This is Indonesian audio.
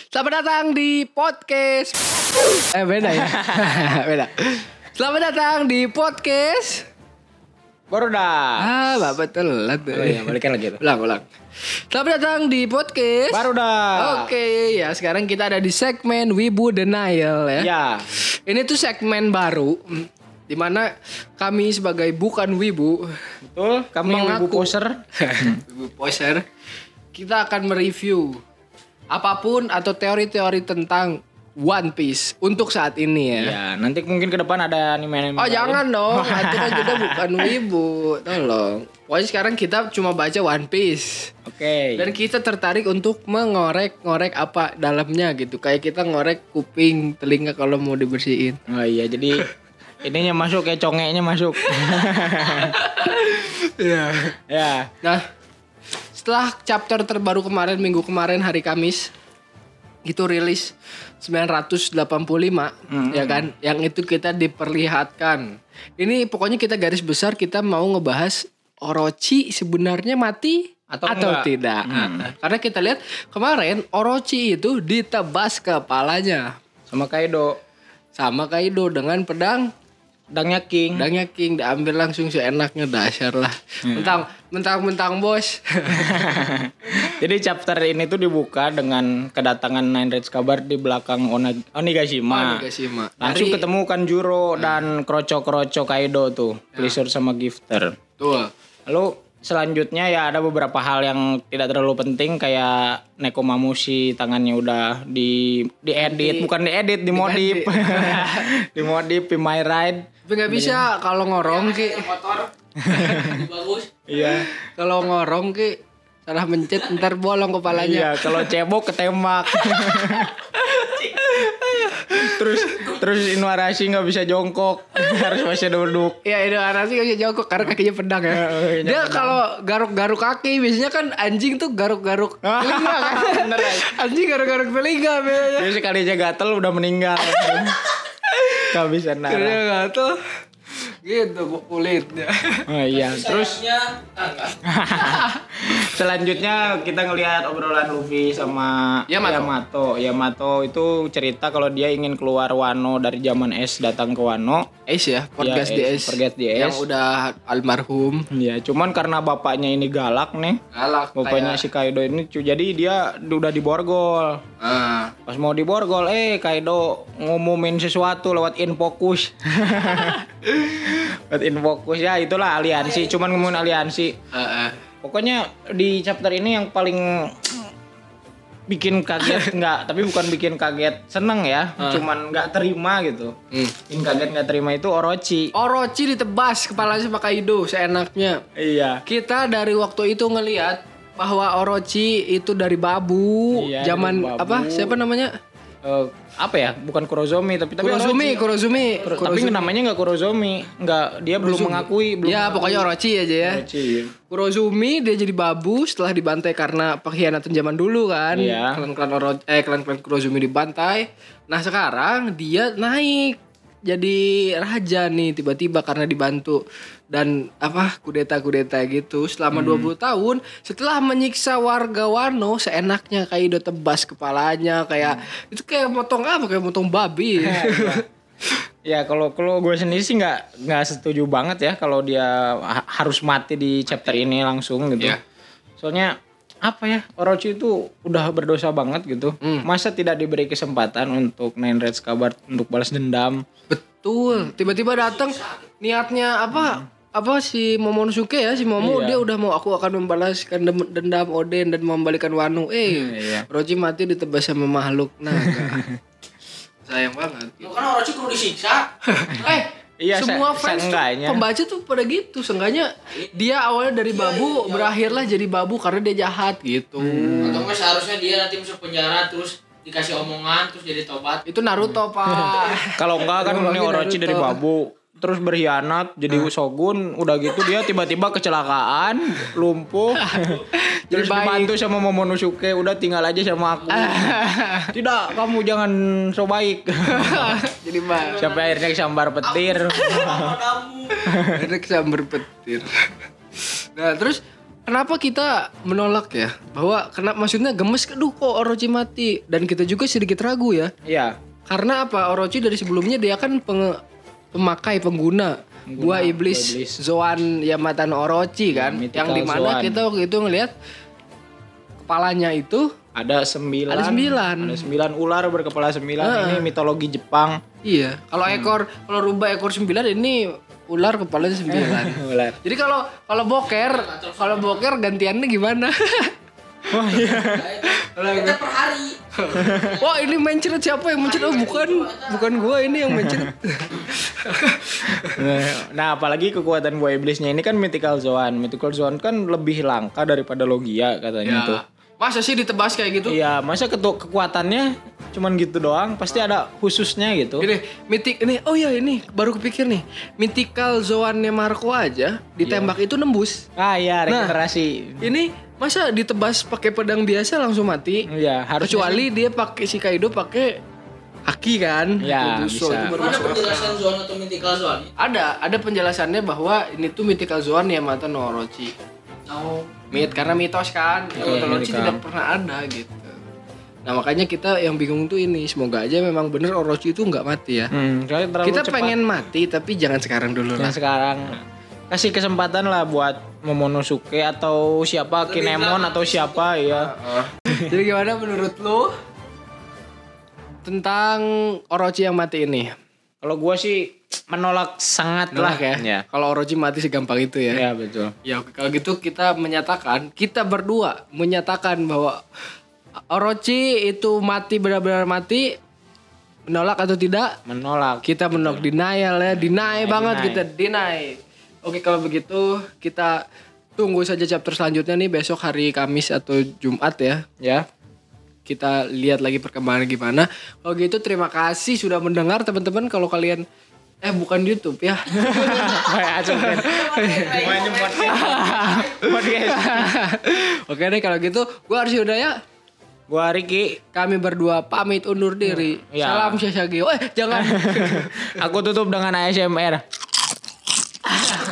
Selamat datang di podcast. Beda ya. Beda. Selamat datang di podcast. Baru dah. Bapak telat. Oh iya, balikan lagi tuh. Ulang. Selamat datang di podcast. Baru dah. Oke, ya sekarang kita ada di segmen Wibu Denial ya. Ya. Ini tuh segmen baru di mana kami sebagai bukan wibu, Betul, kami wibu poser. Wibu poser. Kita akan mereview apapun atau teori-teori tentang One Piece untuk saat ini ya. Ya, nanti mungkin ke depan ada anime-anime. Oh, jangan dong, nanti kan kita bukan wibu, tolong. Pokoknya sekarang kita cuma baca One Piece. Oke. Dan kita tertarik untuk mengorek-ngorek apa dalamnya gitu. Kayak kita ngorek kuping, telinga kalau mau dibersihin. Oh iya, jadi ininya masuk ya, congeknya masuk. Iya. Ya. Nah, setelah chapter terbaru kemarin, minggu kemarin hari Kamis, itu rilis 985 ya kan, yang itu kita diperlihatkan. Ini pokoknya kita garis besar kita mau ngebahas Orochi sebenarnya mati atau tidak. Karena kita lihat kemarin Orochi itu ditebas kepalanya sama Kaido dengan pedang Pedangnya King diambil langsung seenaknya, dasar lah. Mentang-mentang bos. Jadi chapter ini tuh dibuka dengan kedatangan Nine Red Scabbard di belakang Onigashima. Langsung ketemu Kanjuro dan kroco-kroco Kaido tuh, Pleasure sama Gifter. Tuh. Lalu selanjutnya ya ada beberapa hal yang tidak terlalu penting, kayak Nekomamushi tangannya udah diedit, bukan diedit, dimodif. Dimodif di My Ride. Tapi nggak bisa kalau ngorong ki. Motor bagus. Iya. Kalau ngorong ki salah mencet ntar bolong kepalanya. Iya, kalau cebok ketembak. terus Inuarashi nggak bisa jongkok, harus masih duduk. Iya, Inuarashi nggak bisa jongkok karena kakinya pedang ya. Dia kalau garuk-garuk kaki biasanya kan anjing tuh garuk-garuk telinga kan. Bener. Anjing garuk-garuk telinga biasanya. Dia sekali aja gatel udah meninggal. Gak bisa Karena narang. gatel gitu kulitnya. Oh iya, terus selanjutnya kita ngelihat obrolan Luffy sama Yamato itu cerita kalau dia ingin keluar Wano dari zaman S, datang ke Wano. Ace ya, Forget the Ace. Yang udah almarhum. Ya, cuman karena bapaknya ini galak nih. Bapaknya si Kaido ini jadi dia udah diborgol. Pas mau diborgol, Kaido ngumumin sesuatu lewat infocus. Lewat infocus ya, itulah aliansi. Cuman ngomongin aliansi. Pokoknya di chapter ini yang paling bikin kaget tapi bukan bikin kaget seneng ya, cuman nggak terima gitu. Bikin kaget nggak terima itu Orochi ditebas kepalanya sama Kaido seenaknya. Iya. Kita dari waktu itu ngelihat bahwa Orochi itu dari babu, Iya, zaman dari babu. apa? Siapa namanya? Apa ya? Bukan Kurozomi tapi Kurozumi. Tapi namanya nggak Kurozomi, nggak, dia belum mengakui. Ya pokoknya Orochi aja ya. Orochi. Kurozumi dia jadi babu setelah dibantai karena pengkhianatan zaman dulu kan. Iya. Klan Kurozumi dibantai. Nah sekarang dia naik jadi raja nih tiba-tiba karena dibantu dan kudeta gitu selama 20 tahun. Setelah menyiksa warga Wano seenaknya Kaido tebas kepalanya kayak itu kayak motong babi. Ya kalau gue sendiri sih nggak setuju banget ya kalau dia harus mati di chapter ini langsung gitu. Yeah. Soalnya Orochi itu udah berdosa banget gitu. Masa tidak diberi kesempatan untuk Nine Red Scabbard untuk balas dendam? Betul. Tiba-tiba datang niatnya si Momonosuke ya, si Momo. Iya. Dia udah mau aku akan membalaskan dendam Oden dan membalikan Wano. Orochi mati ditebas sama makhluk naga. Sayang banget. Kan Orochi perlu disiksa. Iya, semua fans tuh, pembaca tuh pada gitu. Seenggaknya dia awalnya dari babu, berakhirlah jadi babu karena dia jahat gitu. Atau enggak seharusnya dia nanti masuk penjara terus dikasih omongan terus jadi tobat. Itu Naruto, Pak. Kalau enggak kan ini Orochi dari babu terus berkhianat jadi shogun, udah gitu dia tiba-tiba kecelakaan, lumpuh. Terus dibantu sama Momonosuke, udah tinggal aja sama aku. Tidak, kamu jangan so baik. Jadi baik. Sampai akhirnya kesambar petir. Akhirnya kesambar petir. Nah, terus kenapa kita menolak ya? Bahwa maksudnya gemes, aduh kok Orochi mati, dan kita juga sedikit ragu ya. Iya. Karena apa? Orochi dari sebelumnya dia kan pemakai pengguna buah iblis Zoan Yamata no Orochi kan, yang dimana kita waktu itu ngelihat kepalanya itu ada 9 ular berkepala 9. Ini mitologi Jepang. Iya. Kalau rubah ekor 9 ini ular kepalanya 9. Ular. Jadi kalau boker gantiannya gimana? Oh iya. Kita per hari. Wah, ini mencret siapa yang mencret? Oh, bukan gua ini yang mencret. Nah, apalagi kekuatan buah iblisnya ini kan Mythical Zoan. Mythical Zoan kan lebih langka daripada Logia katanya tuh. Masa sih ditebas kayak gitu? Iya, masa kekuatannya cuman gitu doang, pasti ada khususnya gitu. Ini baru kepikir nih. Mythical Zoan-nya Marco aja ditembak itu nembus. Ah iya, regenerasi. Ini masa ditebas pakai pedang biasa langsung mati? Iya, harusnya kecuali dia pakai si Kaido pakai haki kan? Iya, bisa. Ada penjelasan Zoan atau Mythical Zoan? Ada penjelasannya bahwa ini tuh Mythical Zoan Yamata no Orochi. Karena mitos kan, Orochi tidak pernah ada gitu. Nah makanya kita yang bingung tuh ini, semoga aja memang bener Orochi itu nggak mati ya. Kita pengen mati tapi jangan sekarang dulu lah. Sekarang kasih kesempatan lah buat Momonosuke atau siapa, Kinemon atau siapa ya. Jadi gimana menurut lu tentang Orochi yang mati ini? Kalau gua sih menolak sangat lah ya. Kalau Orochi mati segampang itu ya. Iya betul. Ya kalau gitu kita berdua menyatakan bahwa Orochi itu mati, benar-benar mati. Menolak atau tidak? Menolak. Kita menolak, denial ya, deny banget kita, deny. Oke, kalau begitu kita tunggu saja chapter selanjutnya nih besok hari Kamis atau Jumat ya. Ya. Kita lihat lagi perkembangan gimana. Kalau gitu terima kasih sudah mendengar teman-teman. Kalau kalian bukan di YouTube ya. Oke deh kalau gitu gua harus udah ya. Gua Riki. Kami berdua pamit undur diri. Ya. Salam Sasageo. Jangan. Aku tutup dengan ASMR.